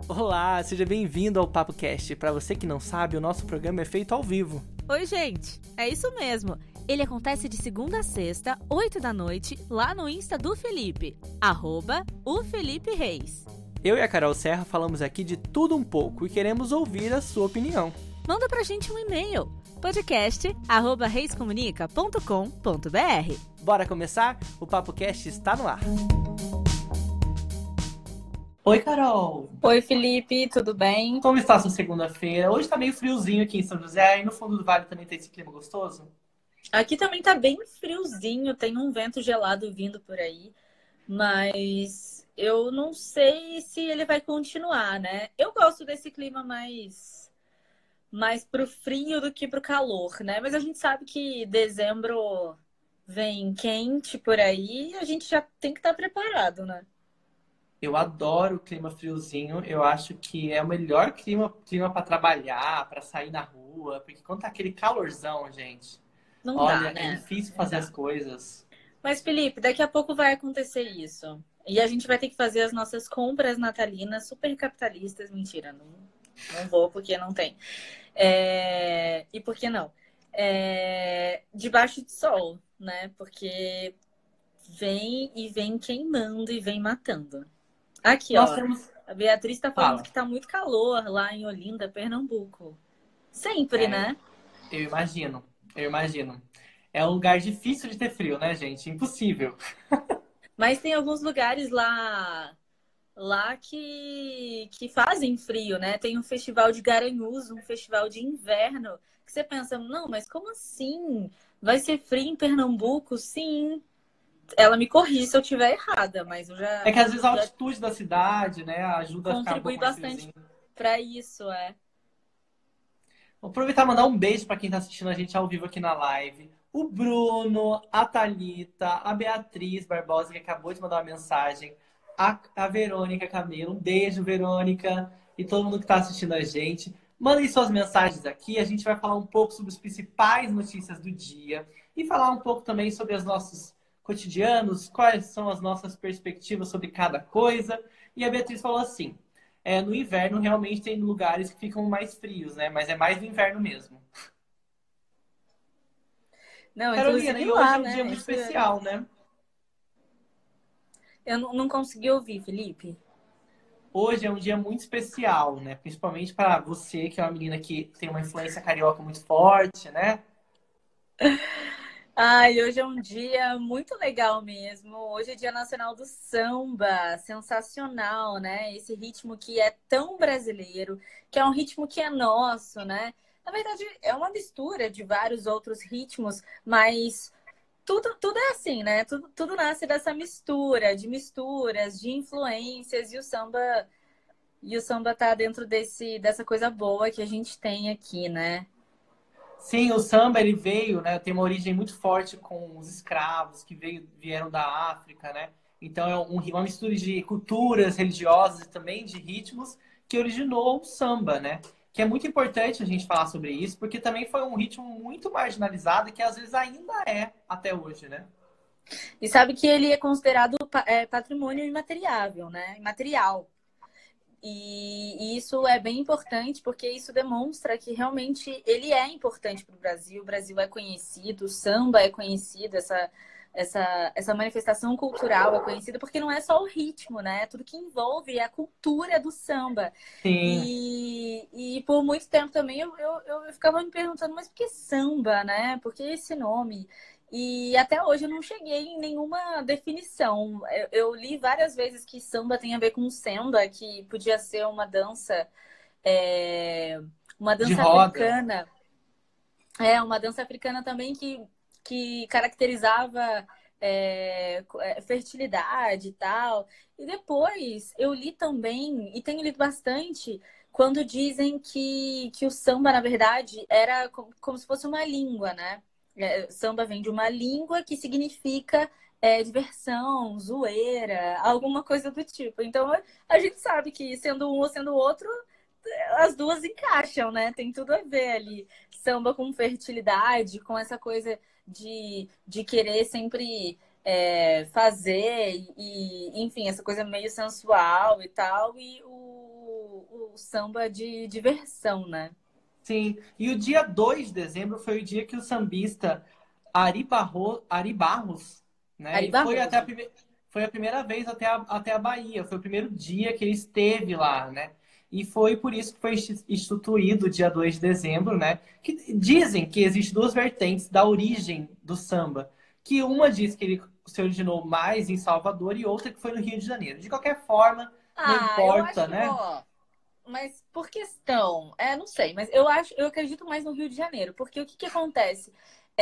Olá, seja bem-vindo ao PapoCast. Para você que não sabe, o nosso programa é feito ao vivo. Oi, gente! É isso mesmo. Ele acontece de segunda a sexta, 8 da noite, lá no Insta do Felipe, @o_Felipe_Reis. Eu e a Carol Serra falamos aqui de tudo um pouco e queremos ouvir a sua opinião. Manda pra gente um e-mail, podcast@reiscomunica.com.br. Bora começar? O PapoCast está no ar. Oi, Carol. Oi, Felipe, tudo bem? Como está a sua segunda-feira? Hoje tá meio friozinho aqui em São José e no fundo do vale também tem esse clima gostoso. Aqui também tá bem friozinho, tem um vento gelado vindo por aí, mas eu não sei se ele vai continuar, né? Eu gosto desse clima mais pro frio do que pro calor, né? Mas a gente sabe que dezembro vem quente por aí e a gente já tem que estar preparado, né? Eu adoro o clima friozinho. Eu acho que é o melhor clima para trabalhar, para sair na rua, porque quando tá aquele calorzão, gente, Não olha, dá, né? é difícil fazer as coisas. Mas, Felipe, daqui a pouco vai acontecer isso. E a gente vai ter que fazer as nossas compras natalinas super capitalistas. Mentira, não vou porque não tem. E por que não? Debaixo de sol, né? Porque vem queimando e vem matando. Aqui, Nós ó. temos. A Beatriz tá falando Fala. que tá muito calor lá em Olinda, Pernambuco. Sempre, né? Eu imagino. É um lugar difícil de ter frio, né, gente? Impossível. Mas tem alguns lugares lá que fazem frio, né? Tem um festival de Garanhuns, um festival de inverno, que você pensa, não, mas como assim? Vai ser frio em Pernambuco? Sim. Ela me corrige se eu estiver errada, mas eu É que às vezes a já altitude da cidade, né, ajuda a ficar um contribuí pouco mais bastante friozinho. para isso, é. Vou aproveitar e mandar um beijo para quem está assistindo a gente ao vivo aqui na live. O Bruno, a Thalita, a Beatriz Barbosa, que acabou de mandar uma mensagem. A Verônica Camelo. Um beijo, Verônica. E todo mundo que está assistindo a gente. Mandem suas mensagens aqui. A gente vai falar um pouco sobre as principais notícias do dia. E falar um pouco também sobre os nossos cotidianos, quais são as nossas perspectivas sobre cada coisa. E a Beatriz falou assim: no inverno realmente tem lugares que ficam mais frios, né? Mas é mais no inverno mesmo. Não, Carolina, inclusive e hoje lá, é um dia né? muito Isso especial, né? eu não consegui ouvir, Felipe. Hoje é um dia muito especial, né? Principalmente para você, que é uma menina que tem uma influência carioca muito forte, né? Ai, hoje é um dia muito legal mesmo. Hoje é Dia Nacional do Samba, sensacional, né? Esse ritmo que é tão brasileiro, que é um ritmo que é nosso, né? Na verdade, é uma mistura de vários outros ritmos, mas tudo é assim, né? Tudo nasce dessa mistura, de misturas, de influências, e o samba tá dentro dessa coisa boa que a gente tem aqui, né? Sim, o samba ele veio, né? Tem uma origem muito forte com os escravos que vieram da África, né? Então é uma mistura de culturas religiosas e também de ritmos que originou o samba, né? Que é muito importante a gente falar sobre isso, porque também foi um ritmo muito marginalizado e que às vezes ainda é até hoje, né? E sabe que ele é considerado patrimônio imateriável, né? Imaterial. E isso é bem importante porque isso demonstra que realmente ele é importante para o Brasil. O Brasil é conhecido, o samba é conhecido, essa manifestação cultural é conhecida porque não é só o ritmo, né? Tudo que envolve a cultura do samba. Sim. E por muito tempo também eu ficava me perguntando, mas por que samba, né? Por que esse nome? E até hoje eu não cheguei em nenhuma definição. Eu li várias vezes que samba tem a ver com samba, que podia ser é, uma De dança roda. africana. Uma dança africana também que caracterizava fertilidade e tal. E depois eu li também, e tenho lido bastante, quando dizem que o samba, na verdade, era como se fosse uma língua, né? Samba vem de uma língua que significa diversão, zoeira, alguma coisa do tipo. Então a gente sabe que sendo um ou sendo o outro, as duas encaixam, né? Tem tudo a ver ali. Samba com fertilidade, com essa coisa de querer sempre fazer, enfim, essa coisa meio sensual e tal. E o samba de diversão, né? Sim. E o dia 2 de dezembro foi o dia que o sambista Ari Barros, né? Ari E foi Barroso. foi a primeira vez até a Bahia. Foi o primeiro dia que ele esteve lá, né? E foi por isso que foi instituído o dia 2 de dezembro, né? Que dizem que existem duas vertentes da origem do samba. Que uma diz que ele se originou mais em Salvador e outra que foi no Rio de Janeiro. De qualquer forma, não Eu acho importa, que, né? ó, mas por questão, não sei, mas eu acredito mais no Rio de Janeiro, porque o que que acontece?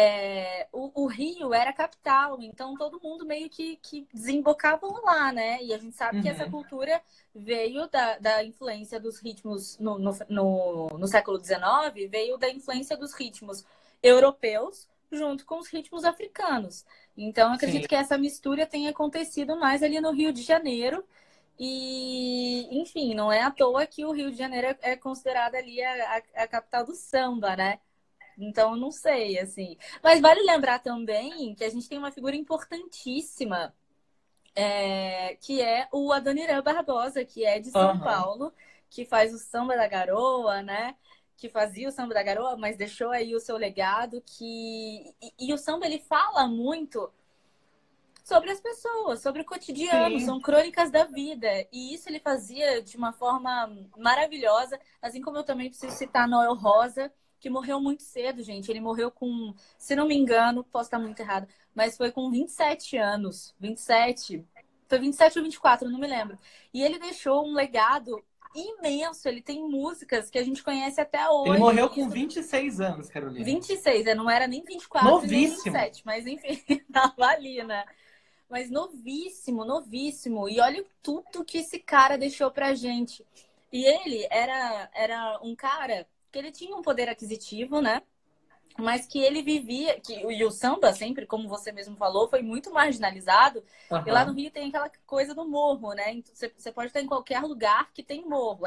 O Rio era a capital, então todo mundo meio que desembocava lá, né? E a gente sabe que essa Uhum. cultura veio da influência dos ritmos no século XIX, veio da influência dos ritmos europeus junto com os ritmos africanos. Então, eu Sim. acredito que essa mistura tenha acontecido mais ali no Rio de Janeiro. E, enfim, não é à toa que o Rio de Janeiro é considerada ali a capital do samba, né? Então, eu não sei, assim. Mas vale lembrar também que a gente tem uma figura importantíssima, que é o Adoniran Barbosa, que é de São Aham. Paulo, que faz o samba da garoa, né? Que fazia o samba da garoa, mas deixou aí o seu legado. E o samba, ele fala muito sobre as pessoas, sobre o cotidiano, Sim. são crônicas da vida. E isso ele fazia de uma forma maravilhosa, assim como eu também preciso citar Noel Rosa, que morreu muito cedo, gente. Ele morreu com, se não me engano, posso estar muito errado, mas foi com 27 anos. 27. Foi 27 ou 24, não me lembro. E ele deixou um legado imenso. Ele tem músicas que a gente conhece até Ele hoje. morreu E com isso 26 anos, Carolina. 26, não era nem 24 e nem Novíssimo. 27, mas enfim, tava ali, né? Mas novíssimo, novíssimo. E olha tudo que esse cara deixou pra gente. E ele era um cara que ele tinha um poder aquisitivo, né? Mas que ele vivia, e o samba sempre, como você mesmo falou, foi muito marginalizado. E lá no Aham. Rio tem aquela coisa do morro, né? Então, você pode estar em qualquer lugar que tem morro.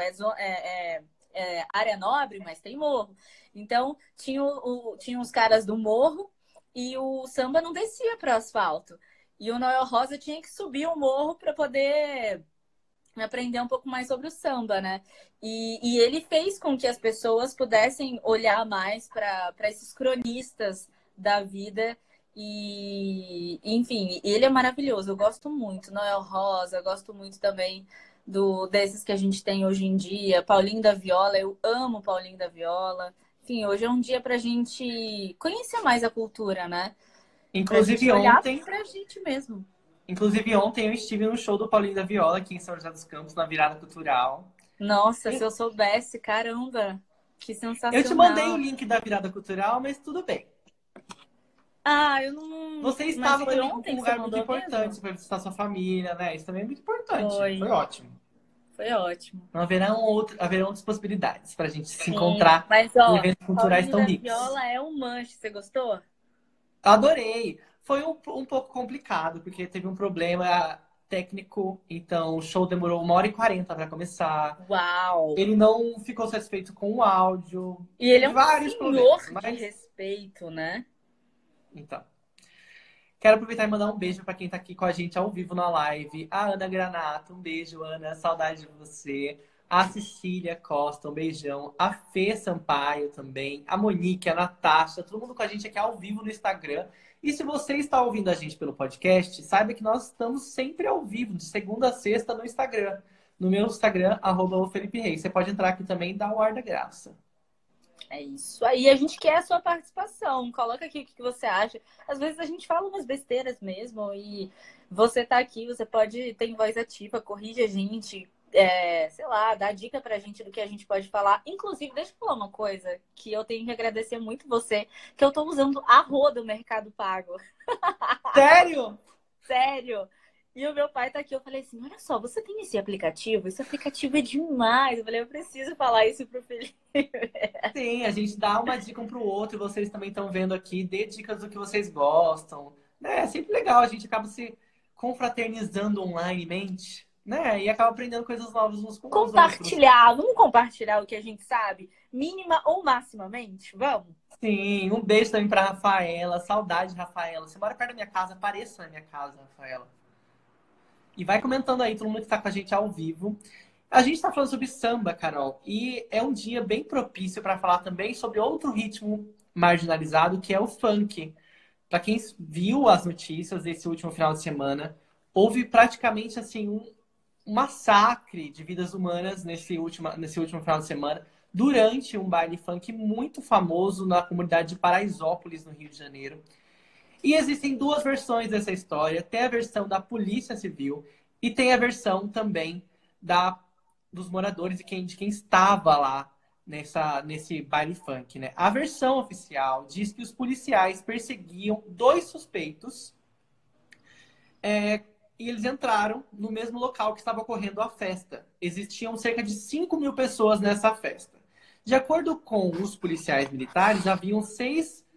É área nobre, mas tem morro. Então, tinha os caras do morro e o samba não descia para o asfalto. E o Noel Rosa tinha que subir o morro para poder aprender um pouco mais sobre o samba, né? E ele fez com que as pessoas pudessem olhar mais para esses cronistas da vida. E, enfim, ele é maravilhoso. Eu gosto muito. Noel Rosa, eu gosto muito também desses que a gente tem hoje em dia. Paulinho da Viola, eu amo Paulinho da Viola. Enfim, hoje é um dia para a gente conhecer mais a cultura, né? Para a gente Inclusive olhar ontem, para a gente mesmo. inclusive ontem eu estive no show do Paulinho da Viola aqui em São José dos Campos, na virada cultural. Nossa, se E eu soubesse, caramba, que eu te mandei o sensacional. link da virada cultural, mas tudo bem. Eu não. Você Mas estava foi também com ontem um que você lugar muito mandou mesmo? importante para visitar sua família, né? Isso também é muito importante. Foi Foi, ótimo. foi ótimo. Não haverão outras possibilidades para a gente se Sim, encontrar mas em ó, eventos culturais Paulinho tão da ricos. Viola é um manche, você gostou? Adorei. Foi um pouco complicado, porque teve um problema técnico, então o show demorou 1h40 para começar. Uau! Ele não ficou satisfeito com o áudio. E ele é Teve um vários problemas, senhor de mas respeito, né? então. Quero aproveitar e mandar um beijo para quem tá aqui com a gente ao vivo na live. A Ana Granato, um beijo, Ana, saudade de você. A Cecília Costa, um beijão. A Fê Sampaio também. A Monique, a Natasha, todo mundo com a gente aqui ao vivo no Instagram. E se você está ouvindo a gente pelo podcast, saiba que nós estamos sempre ao vivo, de segunda a sexta no Instagram. No meu Instagram, @FelipeReis. Você pode entrar aqui também e dar o ar da graça. É isso aí, a gente quer a sua participação. Coloca aqui o que você acha. Às vezes a gente fala umas besteiras mesmo e você tá aqui, você pode ter voz ativa, corrige a gente, sei lá, dá dica pra gente do que a gente pode falar. Inclusive, deixa eu falar uma coisa que eu tenho que agradecer muito você, que eu tô usando a roda do Mercado Pago. Sério? Sério. E o meu pai tá aqui, eu falei assim, olha só, você tem esse aplicativo? Esse aplicativo é demais. Eu falei, eu preciso falar isso pro Felipe. Sim, a gente dá uma dica um pro outro e vocês também estão vendo aqui, dê dicas do que vocês gostam. Né? É sempre legal, a gente acaba se confraternizando onlinemente, né? E acaba aprendendo coisas novas uns com os outros. Vamos compartilhar o que a gente sabe, mínima ou maximamente? Vamos? Sim, um beijo também pra Rafaela, saudade, Rafaela. Você mora perto da minha casa, apareça na minha casa, Rafaela. E vai comentando aí, todo mundo que tá com a gente ao vivo. A gente está falando sobre samba, Carol, e é um dia bem propício para falar também sobre outro ritmo marginalizado, que é o funk. Para quem viu as notícias desse último final de semana, houve praticamente assim um massacre de vidas humanas nesse último final de semana, durante um baile funk muito famoso na comunidade de Paraisópolis, no Rio de Janeiro. E existem duas versões dessa história. Tem a versão da Polícia Civil e tem a versão também dos moradores e de quem estava lá nesse baile funk, né? A versão oficial diz que os policiais perseguiam dois suspeitos e eles entraram no mesmo local que estava ocorrendo a festa. Existiam cerca de 5 mil pessoas nessa festa. De acordo com os policiais militares, haviam 6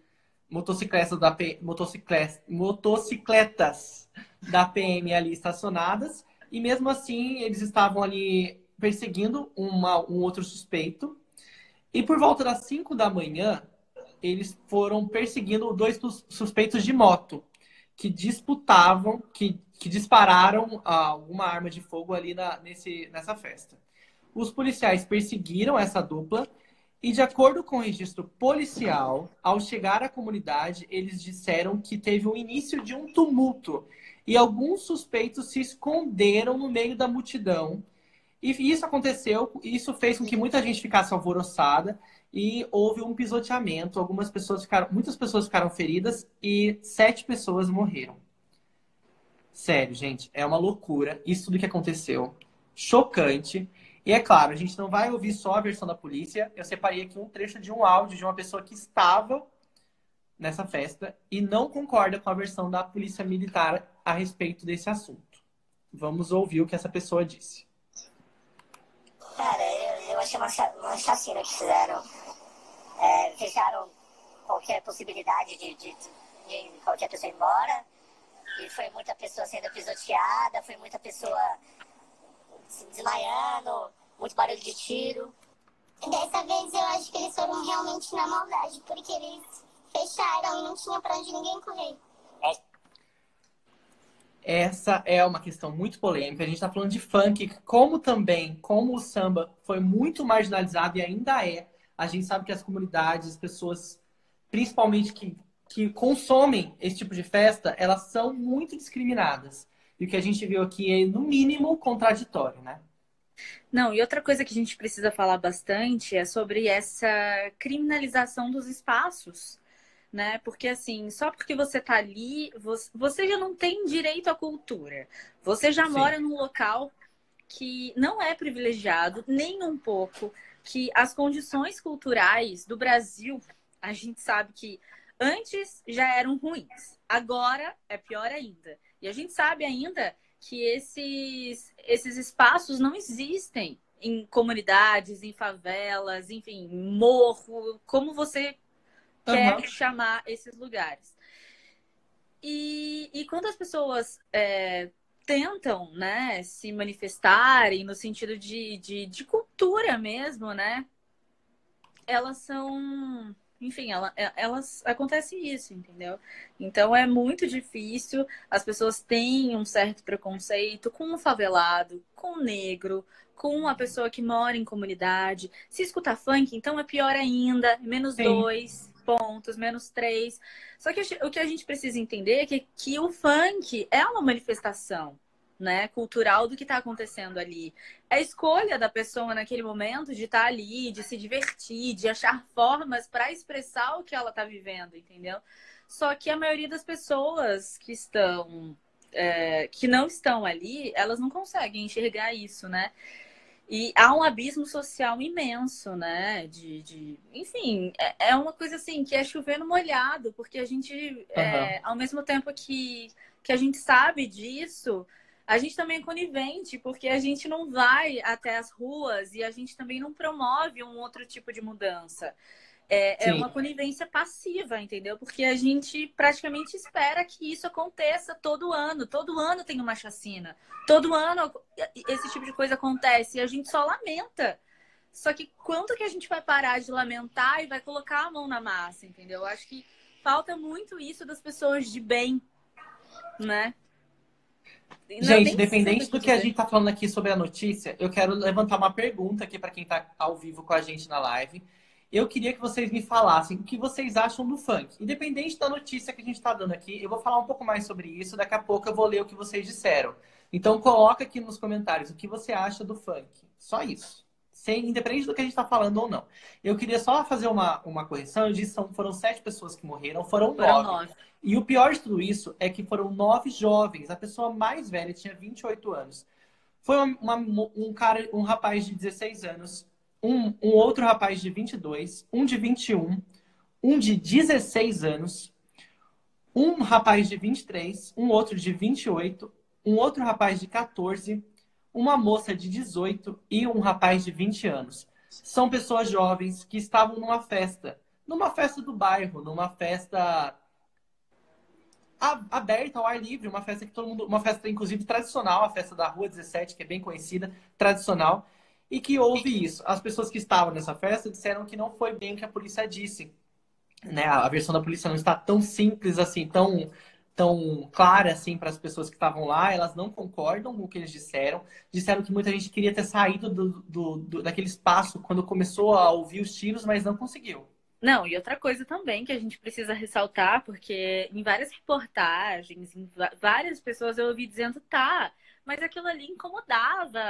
motocicletas da PM ali estacionadas, e mesmo assim eles estavam ali perseguindo um outro suspeito. E por volta das 5 da manhã, eles foram perseguindo dois suspeitos de moto, que disputavam, que dispararam alguma arma de fogo ali nessa festa. Os policiais perseguiram essa dupla e, de acordo com o registro policial, ao chegar à comunidade, eles disseram que teve o início de um tumulto e alguns suspeitos se esconderam no meio da multidão. E isso aconteceu, isso fez com que muita gente ficasse alvoroçada e houve um pisoteamento. Muitas pessoas ficaram feridas e 7 pessoas morreram. Sério, gente, é uma loucura isso tudo que aconteceu. Chocante. E é claro, a gente não vai ouvir só a versão da polícia. Eu separei aqui um trecho de um áudio de uma pessoa que estava nessa festa e não concorda com a versão da polícia militar a respeito desse assunto. Vamos ouvir o que essa pessoa disse. Cara, eu achei uma chacina que fizeram. Fecharam qualquer possibilidade de qualquer pessoa ir embora. E foi muita pessoa sendo pisoteada, foi muita pessoa se desmaiando, muito barulho de tiro. Dessa vez eu acho que eles foram realmente na maldade, porque eles fecharam e não tinha pra onde ninguém correr. Essa é uma questão muito polêmica. A gente está falando de funk, como o samba foi muito marginalizado e ainda é. A gente sabe que as comunidades, as pessoas, principalmente que consomem esse tipo de festa, elas são muito discriminadas. E o que a gente viu aqui é, no mínimo, contraditório, né? Não, e outra coisa que a gente precisa falar bastante é sobre essa criminalização dos espaços, né? Porque assim, só porque você tá ali, você já não tem direito à cultura. Você já mora num local que não é privilegiado, nem um pouco, que as condições culturais do Brasil, a gente sabe que antes já eram ruins, agora é pior ainda. E a gente sabe ainda que esses espaços não existem em comunidades, em favelas, enfim, morro, como você quer chamar esses lugares. E quando as pessoas tentam, né, se manifestarem no sentido de cultura mesmo, né, elas são... Enfim, elas acontece isso, entendeu? Então é muito difícil, as pessoas têm um certo preconceito com o favelado, com o negro, com a pessoa que mora em comunidade. Se escutar funk, então é pior ainda, -2 pontos, -3. Só que o que a gente precisa entender é que o funk é uma manifestação, né, cultural do que está acontecendo ali. É a escolha da pessoa naquele momento de estar ali, de se divertir, de achar formas para expressar o que ela está vivendo, entendeu? Só que a maioria das pessoas que não estão ali, elas não conseguem enxergar isso, né? E há um abismo social imenso, né? Enfim, é uma coisa assim que é chover no molhado, porque a gente, ao mesmo tempo que a gente sabe disso, a gente também é conivente, porque a gente não vai até as ruas e a gente também não promove um outro tipo de mudança. É uma conivência passiva, entendeu? Porque a gente praticamente espera que isso aconteça todo ano. Todo ano tem uma chacina. Todo ano esse tipo de coisa acontece e a gente só lamenta. Só que quando que a gente vai parar de lamentar e vai colocar a mão na massa, entendeu? Eu acho que falta muito isso das pessoas de bem, né? Gente, independente do que a gente tá falando aqui sobre a notícia, eu quero levantar uma pergunta aqui para quem tá ao vivo com a gente na live. Eu queria que vocês me falassem o que vocês acham do funk. Independente da notícia que a gente tá dando aqui, eu vou falar um pouco mais sobre isso. Daqui a pouco eu vou ler o que vocês disseram. Então coloca aqui nos comentários o que você acha do funk. Só isso. Independente do que a gente tá falando ou não. Eu queria só fazer uma correção. Eu disse que foram 7 pessoas que morreram, foram 9. E o pior de tudo isso é que foram 9 jovens. A pessoa mais velha tinha 28 anos. Foi um rapaz de 16 anos, um outro rapaz de 22, um de 21, um de 16 anos, um rapaz de 23, um outro de 28, um outro rapaz de 14, uma moça de 18 e um rapaz de 20 anos. São pessoas jovens que estavam numa festa do bairro, numa festa aberta ao ar livre, uma festa que todo mundo, uma festa inclusive tradicional, a festa da Rua 17, que é bem conhecida, tradicional, e que houve isso. As pessoas que estavam nessa festa disseram que não foi bem o que a polícia disse, né? A versão da polícia não está tão simples assim, tão clara assim para as pessoas que estavam lá. Elas não concordam com o que eles disseram. Disseram que muita gente queria ter saído daquele espaço quando começou a ouvir os tiros, mas não conseguiu. Não, e outra coisa também que a gente precisa ressaltar, porque em várias reportagens, em várias pessoas eu ouvi dizendo, tá, mas aquilo ali incomodava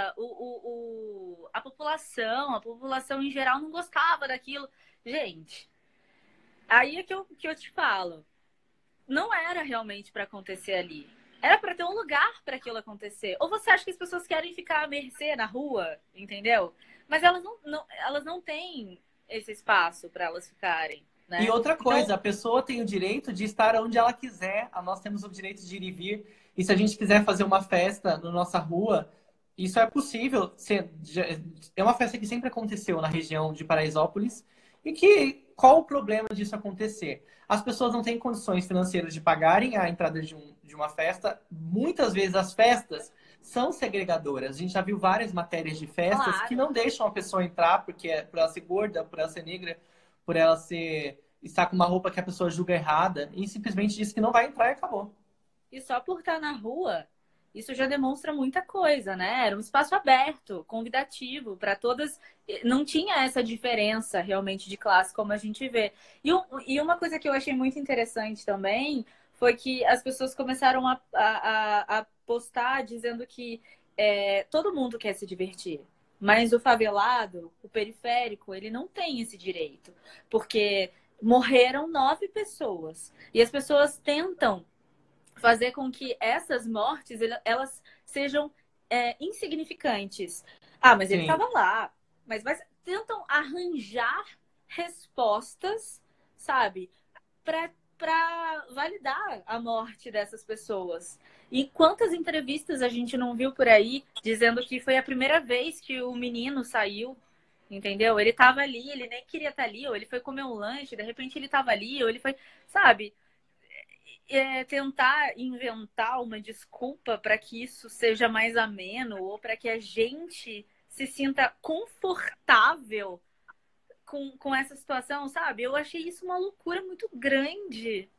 a população em geral não gostava daquilo. Gente, aí é que eu te falo, não era realmente para acontecer ali. Era para ter um lugar para aquilo acontecer. Ou você acha que as pessoas querem ficar à mercê na rua, entendeu? Mas elas não têm esse espaço para elas ficarem, né? E outra coisa, a pessoa tem o direito de estar onde ela quiser. Nós temos o direito de ir e vir. E se a gente quiser fazer uma festa na nossa rua, isso é possível. É uma festa que sempre aconteceu na região de Paraisópolis. E qual o problema disso acontecer? As pessoas não têm condições financeiras de pagarem a entrada de uma festa. Muitas vezes as festas são segregadoras. A gente já viu várias matérias de festas que não deixam a pessoa entrar por ela ser gorda, por ela ser negra, por ela estar com uma roupa que a pessoa julga errada e simplesmente diz que não vai entrar e acabou. E só por estar na rua, isso já demonstra muita coisa, né? Era um espaço aberto, convidativo para todas. Não tinha essa diferença realmente de classe como a gente vê. E uma coisa que eu achei muito interessante também foi que as pessoas começaram a postar dizendo que todo mundo quer se divertir. Mas o favelado, o periférico, ele não tem esse direito. Porque morreram 9 pessoas. E as pessoas tentam fazer com que essas mortes elas sejam insignificantes. Ah, mas ele estava lá. Mas tentam arranjar respostas, sabe? Para validar a morte dessas pessoas. E quantas entrevistas a gente não viu por aí dizendo que foi a primeira vez que o menino saiu, entendeu? Ele estava ali, ele nem queria estar ali, ou ele foi comer um lanche, de repente ele estava ali, ou ele foi, sabe? Tentar inventar uma desculpa para que isso seja mais ameno, ou para que a gente se sinta confortável com essa situação, sabe? Eu achei isso uma loucura muito grande.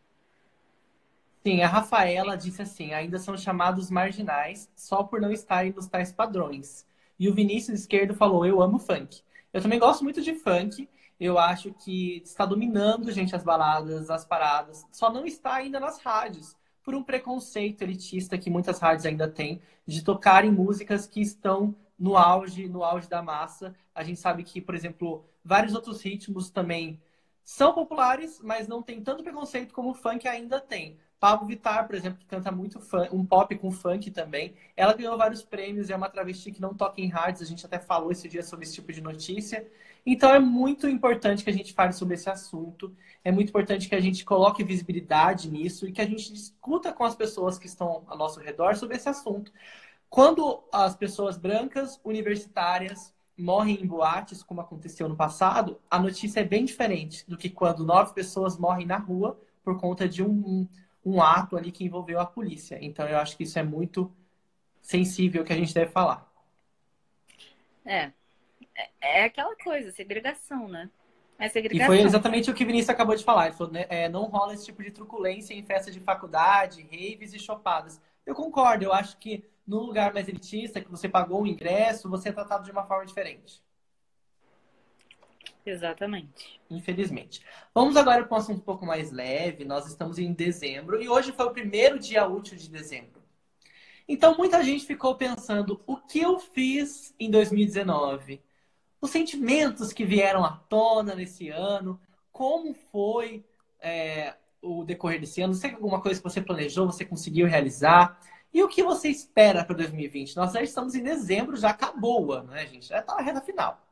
Sim, a Rafaela disse assim, ainda são chamados marginais só por não estarem nos tais padrões. E o Vinícius Esquerdo falou, eu amo funk. Eu também gosto muito de funk. Eu acho que está dominando, gente, as baladas, as paradas. Só não está ainda nas rádios, por um preconceito elitista que muitas rádios ainda têm, de tocarem músicas que estão no auge da massa. A gente sabe que, por exemplo, vários outros ritmos também são populares, mas não tem tanto preconceito como o funk ainda tem. Pablo Vittar, por exemplo, que canta muito um pop com funk também. Ela ganhou vários prêmios e é uma travesti que não toca em rádios. A gente até falou esse dia sobre esse tipo de notícia. Então é muito importante que a gente fale sobre esse assunto. É muito importante que a gente coloque visibilidade nisso e que a gente discuta com as pessoas que estão ao nosso redor sobre esse assunto. Quando as pessoas brancas, universitárias, morrem em boates, como aconteceu no passado, a notícia é bem diferente do que quando 9 pessoas morrem na rua por conta de um ato ali que envolveu a polícia. Então eu acho que isso é muito sensível que a gente deve falar. É aquela coisa, segregação, né? É segregação. E foi exatamente o que o Vinícius acabou de falar. Ele falou, né, não rola esse tipo de truculência em festa de faculdade, raves e chopadas. Eu concordo, eu acho que no lugar mais elitista, que você pagou o ingresso, você é tratado de uma forma diferente. Exatamente. Infelizmente. Vamos agora para um assunto um pouco mais leve. Nós estamos em dezembro e hoje foi o primeiro dia útil de dezembro. Então, muita gente ficou pensando: o que eu fiz em 2019? Os sentimentos que vieram à tona nesse ano, como foi o decorrer desse ano? Sei que alguma coisa que você planejou, você conseguiu realizar? E o que você espera para 2020? Nós já estamos em dezembro, já acabou o ano, né, gente? Já está na reta final.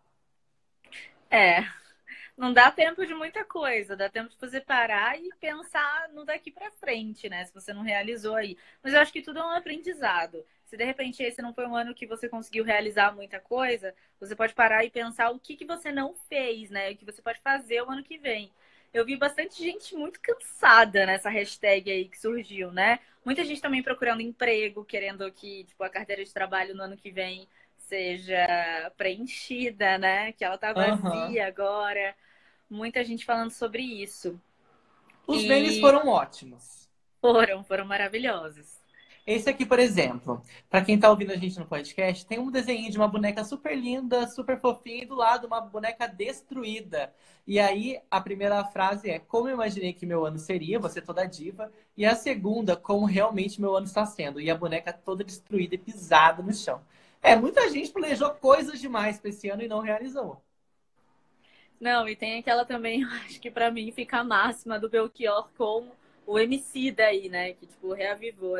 Não dá tempo de muita coisa, dá tempo de você parar e pensar no daqui pra frente, né? Se você não realizou aí. Mas eu acho que tudo é um aprendizado. Se de repente esse não foi um ano que você conseguiu realizar muita coisa, você pode parar e pensar o que você não fez, né? O que você pode fazer o ano que vem. Eu vi bastante gente muito cansada nessa hashtag aí que surgiu, né? Muita gente também procurando emprego, querendo que, tipo, a carteira de trabalho no ano que vem seja preenchida, né? Que ela tá Aham. vazia agora. Muita gente falando sobre isso. Os memes E foram ótimos. foram maravilhosos. Esse aqui, por exemplo, para quem tá ouvindo a gente no podcast, tem um desenho de uma boneca super linda, super fofinha, e do lado uma boneca destruída. E aí, a primeira frase é: como eu imaginei que meu ano seria, você toda diva. E a segunda: como realmente meu ano está sendo. E a boneca toda destruída e pisada no chão. Muita gente planejou coisas demais para esse ano e não realizou. Não, e tem aquela também, eu acho que pra mim fica a máxima do Belchior com o MC daí, né? Que, tipo, reavivou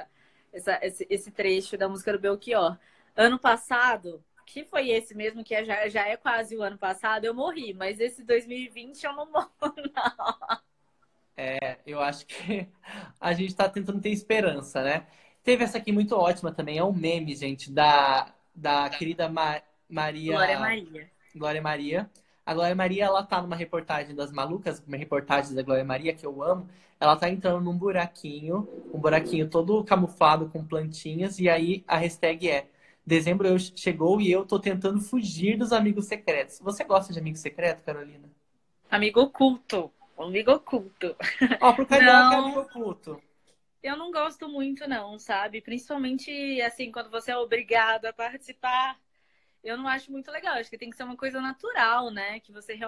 esse trecho da música do Belchior. Ano passado, que foi esse mesmo, que já é quase o ano passado, eu morri. Mas esse 2020 eu não morro, não. Eu acho que a gente tá tentando ter esperança, né? Teve essa aqui muito ótima também, é um meme, gente, da querida Glória Maria. Maria. Glória Maria. A Glória Maria, ela tá numa reportagem das Malucas, uma reportagem da Glória Maria, que eu amo. Ela tá entrando num buraquinho, um buraquinho todo camuflado com plantinhas, e aí a hashtag é: dezembro chegou e eu tô tentando fugir dos amigos secretos. Você gosta de amigo secreto, Carolina? Amigo oculto. Amigo oculto. Ó, pro Carioca é amigo Não, oculto. eu não gosto muito, não, sabe? Principalmente, assim, quando você é obrigado a participar, eu não acho muito legal. Acho que tem que ser uma coisa natural, né? Que você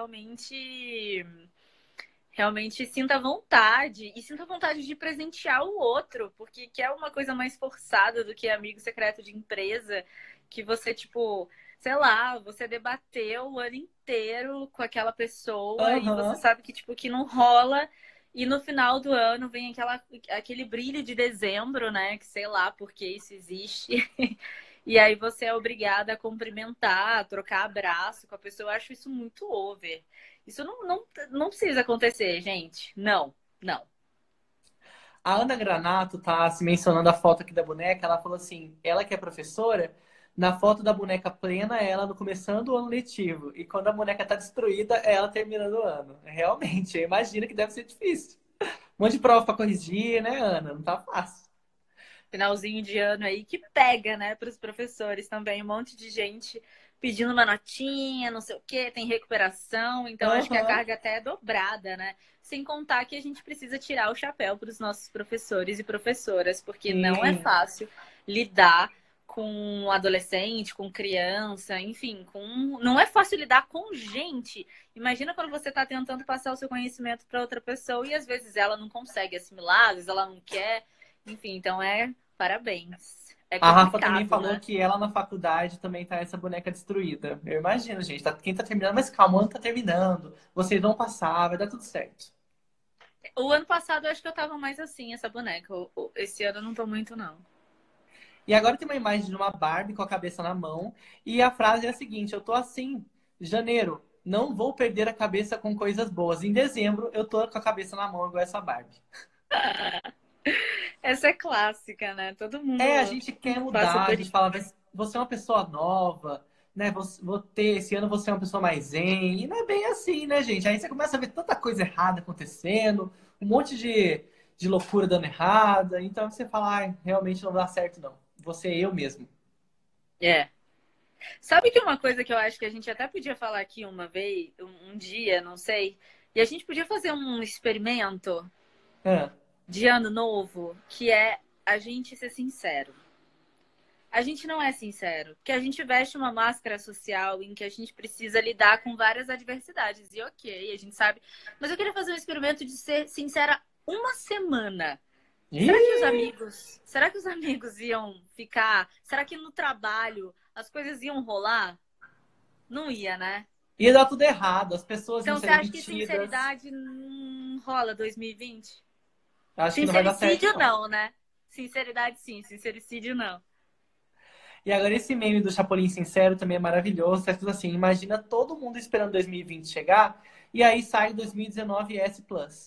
realmente sinta vontade. E sinta vontade de presentear o outro, porque que é uma coisa mais forçada do que amigo secreto de empresa, que você, tipo, sei lá, você debateu o ano inteiro com aquela pessoa e você Aham. sabe que, tipo, que não rola. E no final do ano vem aquele brilho de dezembro, né? Que sei lá por que isso existe. E aí você é obrigada a cumprimentar, a trocar abraço com a pessoa. Eu acho isso muito over. Isso não precisa acontecer, gente. Não, não. A Ana Granato tá se mencionando a foto aqui da boneca. Ela falou assim: ela que é professora, na foto da boneca plena é ela no começando o ano letivo. E quando a boneca tá destruída, é ela terminando o ano. Realmente, eu imagino que deve ser difícil. Um monte de prova pra corrigir, né, Ana? Não tá fácil. Finalzinho de ano aí que pega, né, para os professores também. Um monte de gente pedindo uma notinha, não sei o quê, tem recuperação. Então acho que a Aham. carga até é dobrada, né? Sem contar que a gente precisa tirar o chapéu para os nossos professores e professoras, porque não é Sim. fácil lidar com adolescente, com criança, enfim, não é fácil lidar com gente. Imagina quando você está tentando passar o seu conhecimento para outra pessoa e às vezes ela não consegue assimilar, às vezes ela não quer. Enfim, então parabéns. É A Rafa também complicado, falou né? que ela na faculdade também tá essa boneca destruída. Eu imagino, gente. Quem tá terminando, mas calma, o ano tá terminando. Vocês vão passar, vai dar tudo certo. O ano passado eu acho que eu tava mais assim, essa boneca. Esse ano eu não tô muito, não. E agora tem uma imagem de uma Barbie com a cabeça na mão. E a frase é a seguinte: eu tô assim, janeiro, não vou perder a cabeça com coisas boas. Em dezembro, eu tô com a cabeça na mão igual essa Barbie. Essa é clássica, né? Todo A mundo gente quer passa mudar, a por gente isso. fala: você é uma pessoa nova, né? Vou ter, esse ano você é uma pessoa mais zen. E não é bem assim, né, gente? Aí você começa a ver tanta coisa errada acontecendo, um monte de loucura dando errada. Então você fala: ai, realmente não dá certo, não. Vou ser eu mesmo. É. Sabe que uma coisa que eu acho que a gente até podia falar aqui uma vez, um dia, não sei, e a gente podia fazer um experimento Ah, de ano novo, que é a gente ser sincero. A gente não é sincero, porque a gente veste uma máscara social em que a gente precisa lidar com várias adversidades. E ok, a gente sabe. Mas eu queria fazer um experimento de ser sincera uma semana. Será que os amigos iam ficar? Será que no trabalho as coisas iam rolar? Não ia, né? Ia dar tudo errado, as pessoas Então iam você ser acha que mentidas. sinceridade não rola 2020? Acho que não vai dar certo, Sincericídio não, né? Sinceridade sim, sincericídio não. E agora esse meme do Chapolin Sincero também é maravilhoso. É tudo assim, imagina todo mundo esperando 2020 chegar e aí sai 2019 S Plus.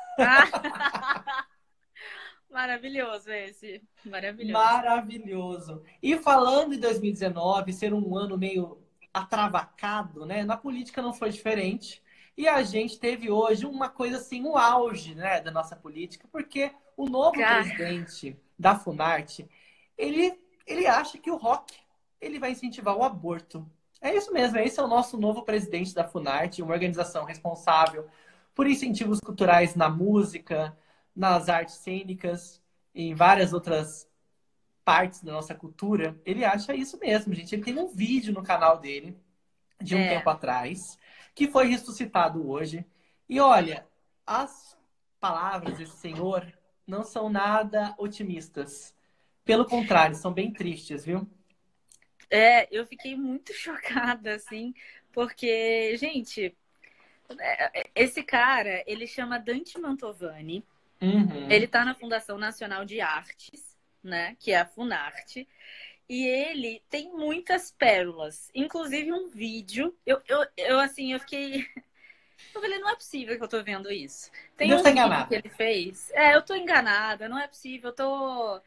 Maravilhoso esse. Maravilhoso. Maravilhoso. E falando em 2019 ser um ano meio atravacado, né? Na política não foi diferente. E a gente teve hoje uma coisa assim, o auge, né, da nossa política, porque o novo presidente da Funarte, ele acha que o rock ele vai incentivar o aborto. É isso mesmo, esse é o nosso novo presidente da Funarte, uma organização responsável por incentivos culturais na música, nas artes cênicas e em várias outras partes da nossa cultura. Ele acha isso mesmo, gente. Ele tem um vídeo no canal dele, de um tempo atrás, que foi ressuscitado hoje. E olha, as palavras desse senhor não são nada otimistas. Pelo contrário, são bem tristes, viu? Eu fiquei muito chocada, assim, porque, gente, esse cara, ele chama Dante Mantovani, ele tá na Fundação Nacional de Artes, né, que é a Funarte, e ele tem muitas pérolas, inclusive um vídeo, eu fiquei... Eu falei, não é possível que eu tô vendo isso. Tem um vídeo que ele fez, eu tô enganada, não é possível, eu tô,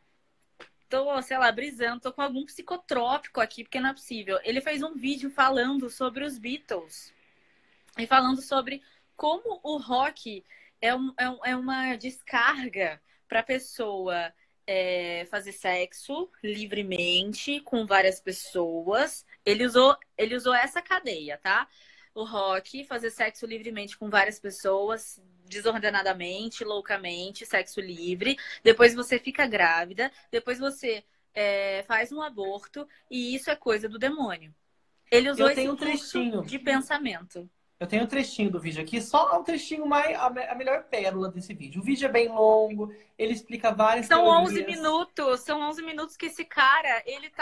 sei lá, brisando, tô com algum psicotrópico aqui, porque não é possível. Ele fez um vídeo falando sobre os Beatles e falando sobre como o rock é uma descarga pra pessoa fazer sexo livremente com várias pessoas. Ele usou essa cadeia, tá? O rock, fazer sexo livremente com várias pessoas, desordenadamente, loucamente, sexo livre. Depois você fica grávida, depois você faz um aborto, e isso é coisa do demônio. Ele usou esse fluxo de pensamento. Eu tenho um trechinho do vídeo aqui, só um trechinho a melhor pérola desse vídeo. O vídeo é bem longo, ele explica várias teorias. 11 minutos, são 11 minutos que esse cara, ele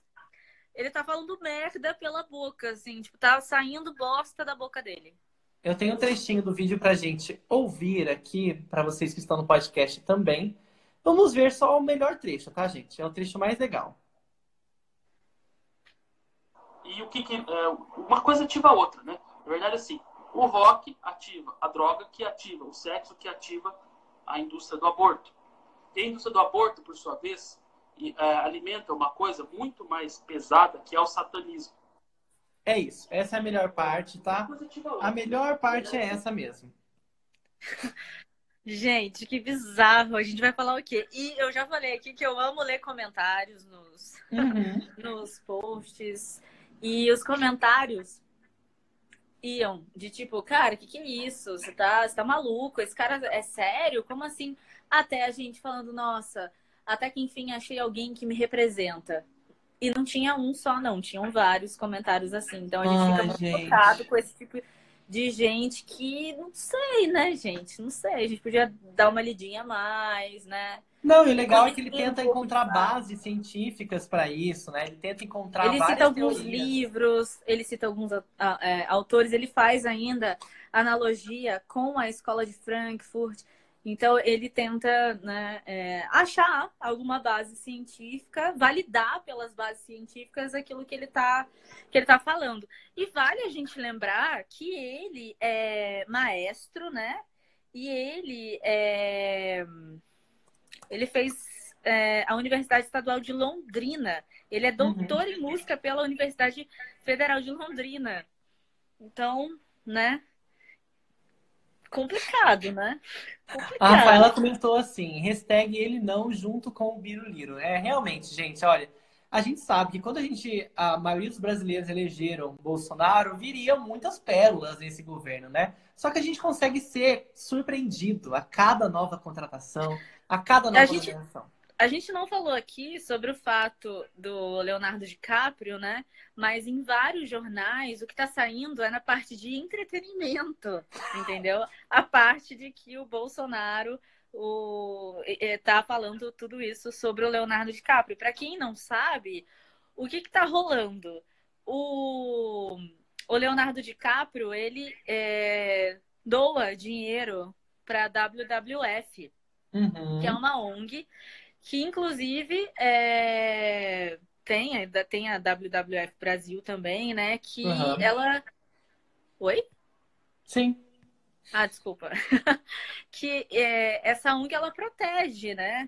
tá falando merda pela boca, assim, tipo, tá saindo bosta da boca dele. Eu tenho um trechinho do vídeo pra gente ouvir aqui, pra vocês que estão no podcast também. Vamos ver só o melhor trecho, tá, gente? É o trecho mais legal. E uma coisa ativa a outra, né? Na verdade, assim, o rock ativa a droga, que ativa o sexo, que ativa a indústria do aborto. E a indústria do aborto, por sua vez, alimenta uma coisa muito mais pesada, que é o satanismo. É isso. Essa é a melhor parte, tá? A melhor parte é essa mesmo. Gente, que bizarro. A gente vai falar o quê? E eu já falei aqui que eu amo ler comentários nos posts. E os comentários iam de tipo, cara, que é isso? Você tá maluco? Esse cara é sério? Como assim? Até a gente falando, nossa, até que enfim achei alguém que me representa. E não tinha um só, não. Tinham vários comentários assim. Então a gente fica muito chocado com esse tipo de gente que, não sei, né, gente? Não sei. A gente podia dar uma lidinha a mais, né? Não, e o legal é que ele tenta encontrar bases científicas para isso, né? Ele tenta encontrar várias teorias. Ele cita alguns teorias. livros, ele cita alguns autores, ele faz ainda analogia com a escola de Frankfurt. Então, ele tenta, né, achar alguma base científica, validar pelas bases científicas aquilo que ele tá falando. E vale a gente lembrar que ele é maestro, né? E ele fez a Universidade Estadual de Londrina. Ele é doutor em música pela Universidade Federal de Londrina. Então, né? Complicado, né? Complicado. A Rafaela comentou assim, hashtag ele não junto com o Biruliro. Realmente, gente, olha, a gente sabe que quando a maioria dos brasileiros elegeram Bolsonaro, viria muitas pérolas nesse governo, né? Só que a gente consegue ser surpreendido a cada nova contratação, a cada A nova gente, nomeação. a gente não falou aqui sobre o fato do Leonardo DiCaprio, né? Mas em vários jornais, o que tá saindo é na parte de entretenimento, entendeu? A parte de que o Bolsonaro tá falando tudo isso sobre o Leonardo DiCaprio. Para quem não sabe, o que tá rolando? O Leonardo DiCaprio, ele doa dinheiro para a WWF, que é Uhum. uma ONG que, inclusive, tem a WWF Brasil também, né? Que Uhum. ela... Oi? Sim. Ah, desculpa. Que essa ONG, ela protege, né?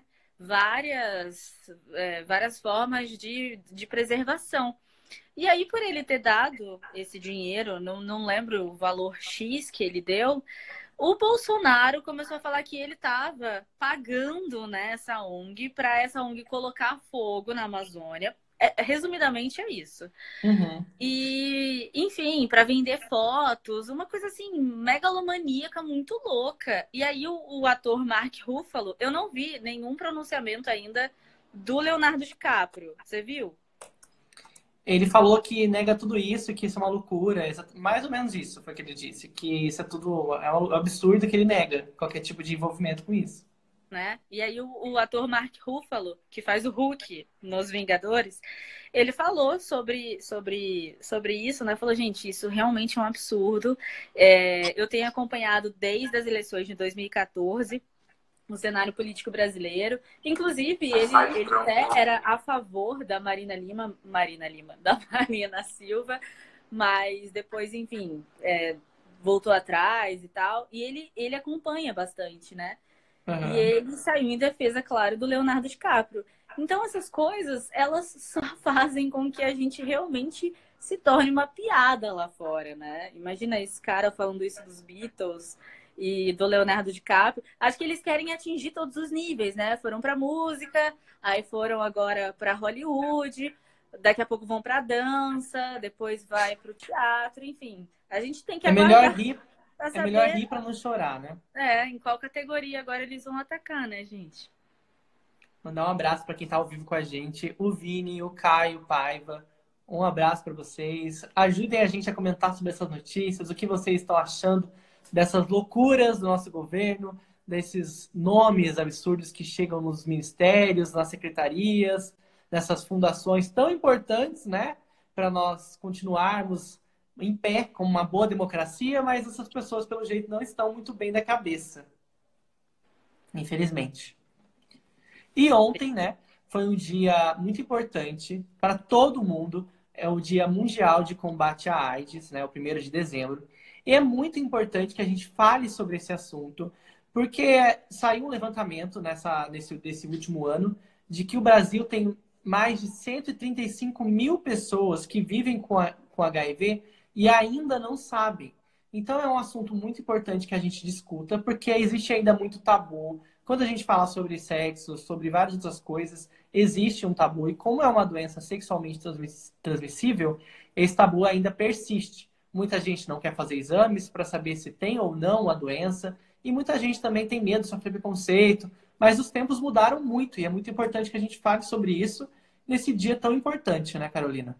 Várias formas de preservação. E aí, por ele ter dado esse dinheiro, não lembro o valor X que ele deu, o Bolsonaro começou a falar que ele estava pagando, né, essa ONG para essa ONG colocar fogo na Amazônia. Resumidamente é isso. Uhum. E, enfim, para vender fotos, uma coisa assim, megalomaníaca, muito louca. E aí o ator Mark Ruffalo, eu não vi nenhum pronunciamento ainda do Leonardo DiCaprio. Você viu? Ele falou que nega tudo isso, que isso é uma loucura. Mais ou menos isso foi o que ele disse. Que isso é tudo é um absurdo, que ele nega qualquer tipo de envolvimento com isso. Né? E aí o ator Mark Ruffalo, que faz o Hulk nos Vingadores, ele falou sobre isso, né? Falou, gente, isso realmente é um absurdo. Eu tenho acompanhado desde as eleições de 2014 no cenário político brasileiro. Inclusive, ele até era a favor da da Marina Silva, mas depois, enfim, voltou atrás e tal. E ele acompanha bastante, né? Uhum. E ele saiu em defesa, claro, do Leonardo DiCaprio. Então, essas coisas, elas só fazem com que a gente realmente se torne uma piada lá fora, né? Imagina esse cara falando isso dos Beatles e do Leonardo DiCaprio. Acho que eles querem atingir todos os níveis, né? Foram pra música, aí foram agora pra Hollywood, daqui a pouco vão pra dança, depois vai pro teatro, enfim. A gente tem que É melhor aguardar rir, pra é melhor saber rir para não chorar, né? em qual categoria agora eles vão atacar, né, gente? Mandar um abraço para quem tá ao vivo com a gente, o Vini, o Caio, o Paiva. Um abraço para vocês. Ajudem a gente a comentar sobre essas notícias, o que vocês estão achando dessas loucuras do nosso governo, desses nomes absurdos que chegam nos ministérios, nas secretarias, nessas fundações tão importantes, né, para nós continuarmos em pé como uma boa democracia, mas essas pessoas, pelo jeito, não estão muito bem da cabeça, infelizmente. E ontem, né, foi um dia muito importante para todo mundo. É o Dia Mundial de Combate à AIDS, né, o 1º de dezembro. E é muito importante que a gente fale sobre esse assunto, porque saiu um levantamento desse último ano de que o Brasil tem mais de 135 mil pessoas que vivem com HIV e ainda não sabem. Então é um assunto muito importante que a gente discuta, porque existe ainda muito tabu. Quando a gente fala sobre sexo, sobre várias outras coisas, existe um tabu. E como é uma doença sexualmente transmissível, esse tabu ainda persiste. Muita gente não quer fazer exames para saber se tem ou não a doença. E muita gente também tem medo, sofre preconceito. Mas os tempos mudaram muito e é muito importante que a gente fale sobre isso nesse dia tão importante, né, Carolina?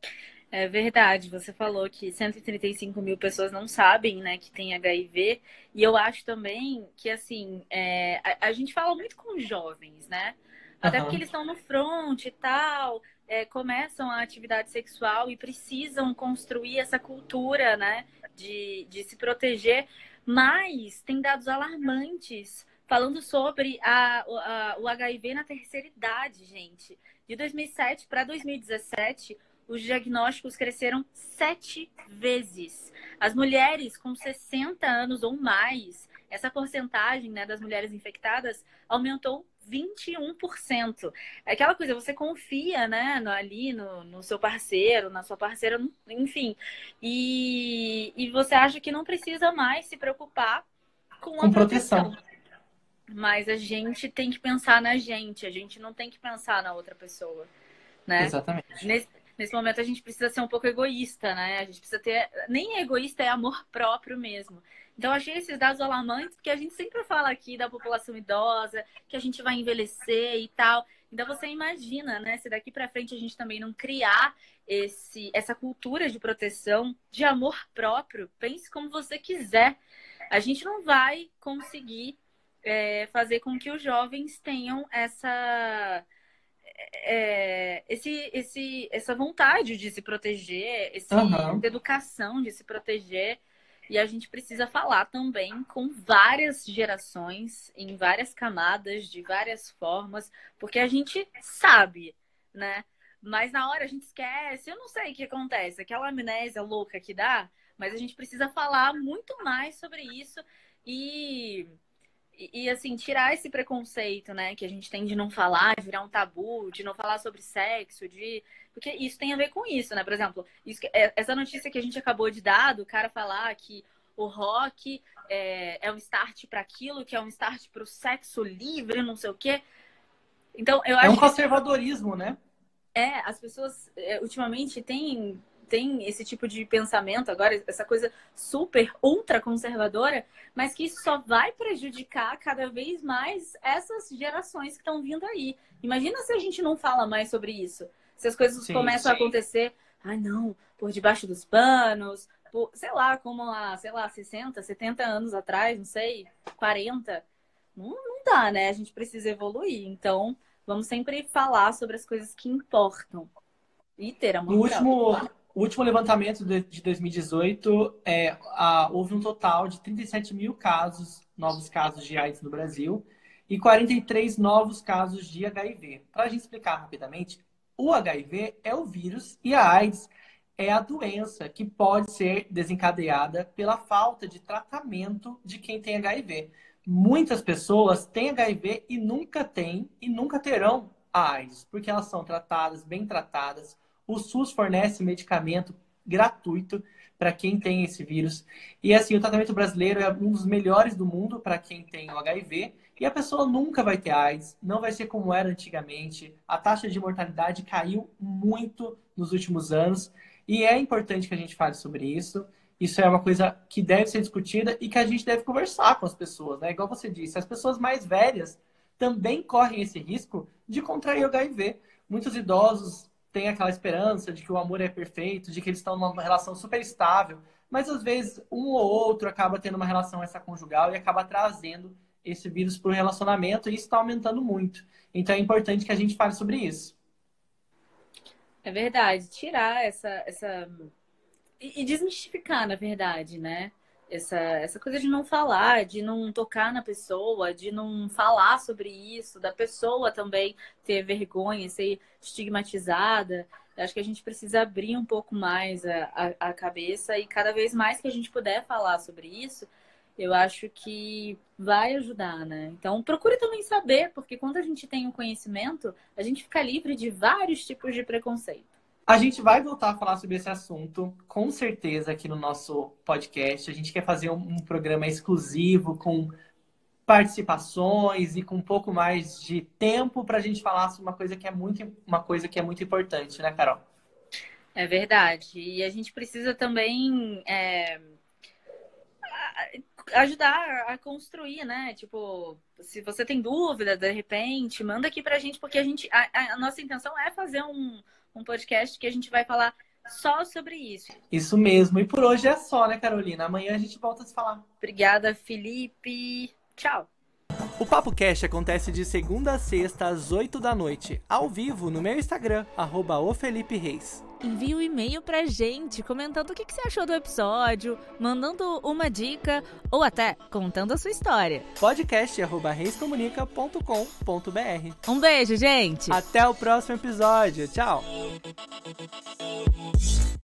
É verdade, você falou que 135 mil pessoas não sabem, né, que tem HIV, e eu acho também que, assim, a gente fala muito com os jovens, né, até porque eles estão no front e tal, começam a atividade sexual e precisam construir essa cultura, né, de se proteger, mas tem dados alarmantes falando sobre o HIV na terceira idade, gente. De 2007 para 2017, os diagnósticos cresceram 7 vezes. As mulheres com 60 anos ou mais, essa porcentagem, né, das mulheres infectadas aumentou 21%. É aquela coisa, você confia, né, ali no seu parceiro, na sua parceira, enfim. E você acha que não precisa mais se preocupar com a proteção. Mas a gente tem que pensar na gente, a gente não tem que pensar na outra pessoa, né? Exatamente. nesse momento a gente precisa ser um pouco egoísta, né? A gente precisa ter... Nem egoísta, é amor próprio mesmo. Então, eu achei esses dados alarmantes, porque a gente sempre fala aqui da população idosa, que a gente vai envelhecer e tal. Então, você imagina, né? Se daqui para frente a gente também não criar essa cultura de proteção, de amor próprio, pense como você quiser. A gente não vai conseguir fazer com que os jovens tenham essa vontade de se proteger, essa educação de se proteger. E a gente precisa falar também com várias gerações, em várias camadas, de várias formas, porque a gente sabe, né? Mas na hora a gente esquece, eu não sei o que acontece, aquela amnésia louca que dá, mas a gente precisa falar muito mais sobre isso e assim, tirar esse preconceito, né, que a gente tem de não falar, de virar um tabu, de não falar sobre sexo, porque isso tem a ver com isso, né? Por exemplo, essa notícia que a gente acabou de dar, do cara falar que o rock é um start para aquilo, que é um start para o sexo livre, não sei o quê. Então, eu acho um conservadorismo, né? As pessoas ultimamente têm esse tipo de pensamento agora, essa coisa super, ultra conservadora, mas que isso só vai prejudicar cada vez mais essas gerações que estão vindo aí. Imagina se a gente não fala mais sobre isso. Se as coisas começam a acontecer, não, por debaixo dos panos, sei lá, como há, 60, 70 anos atrás, não sei, 40. Não dá, né? A gente precisa evoluir. Então, vamos sempre falar sobre as coisas que importam. E ter amor próprio. O último levantamento de 2018, houve um total de 37 mil novos casos de AIDS no Brasil e 43 novos casos de HIV. Para a gente explicar rapidamente, o HIV é o vírus e a AIDS é a doença que pode ser desencadeada pela falta de tratamento de quem tem HIV. Muitas pessoas têm HIV e nunca terão a AIDS, porque elas são tratadas, bem tratadas. O SUS fornece medicamento gratuito para quem tem esse vírus. E assim, o tratamento brasileiro é um dos melhores do mundo para quem tem o HIV. E a pessoa nunca vai ter AIDS, não vai ser como era antigamente. A taxa de mortalidade caiu muito nos últimos anos. E é importante que a gente fale sobre isso. Isso é uma coisa que deve ser discutida e que a gente deve conversar com as pessoas, né? Igual você disse, as pessoas mais velhas também correm esse risco de contrair o HIV. Muitos idosos têm aquela esperança de que o amor é perfeito, de que eles estão numa relação super estável, mas às vezes um ou outro acaba tendo uma relação extraconjugal e acaba trazendo esse vírus para o relacionamento e isso está aumentando muito. Então é importante que a gente fale sobre isso. É verdade, tirar essa... E desmistificar, na verdade, né? Essa coisa de não falar, de não tocar na pessoa, de não falar sobre isso, da pessoa também ter vergonha, ser estigmatizada. Eu acho que a gente precisa abrir um pouco mais a cabeça e cada vez mais que a gente puder falar sobre isso, eu acho que vai ajudar, né? Então, procure também saber, porque quando a gente tem o conhecimento, a gente fica livre de vários tipos de preconceito. A gente vai voltar a falar sobre esse assunto, com certeza, aqui no nosso podcast. A gente quer fazer um programa exclusivo, com participações e com um pouco mais de tempo para a gente falar sobre uma coisa que é muito importante, né, Carol? É verdade. E a gente precisa também ajudar a construir, né? Tipo, se você tem dúvida, de repente, manda aqui pra gente, porque a nossa intenção é fazer um podcast que a gente vai falar só sobre isso. Isso mesmo. E por hoje é só, né, Carolina? Amanhã a gente volta a se falar. Obrigada, Felipe. Tchau. O Papo Cast acontece de segunda a sexta às 8 da noite, ao vivo no meu Instagram, @ofelipereis. Envie um e-mail pra gente comentando o que você achou do episódio, mandando uma dica ou até contando a sua história. podcast@reiscomunica.com.br. Um beijo, gente! Até o próximo episódio. Tchau!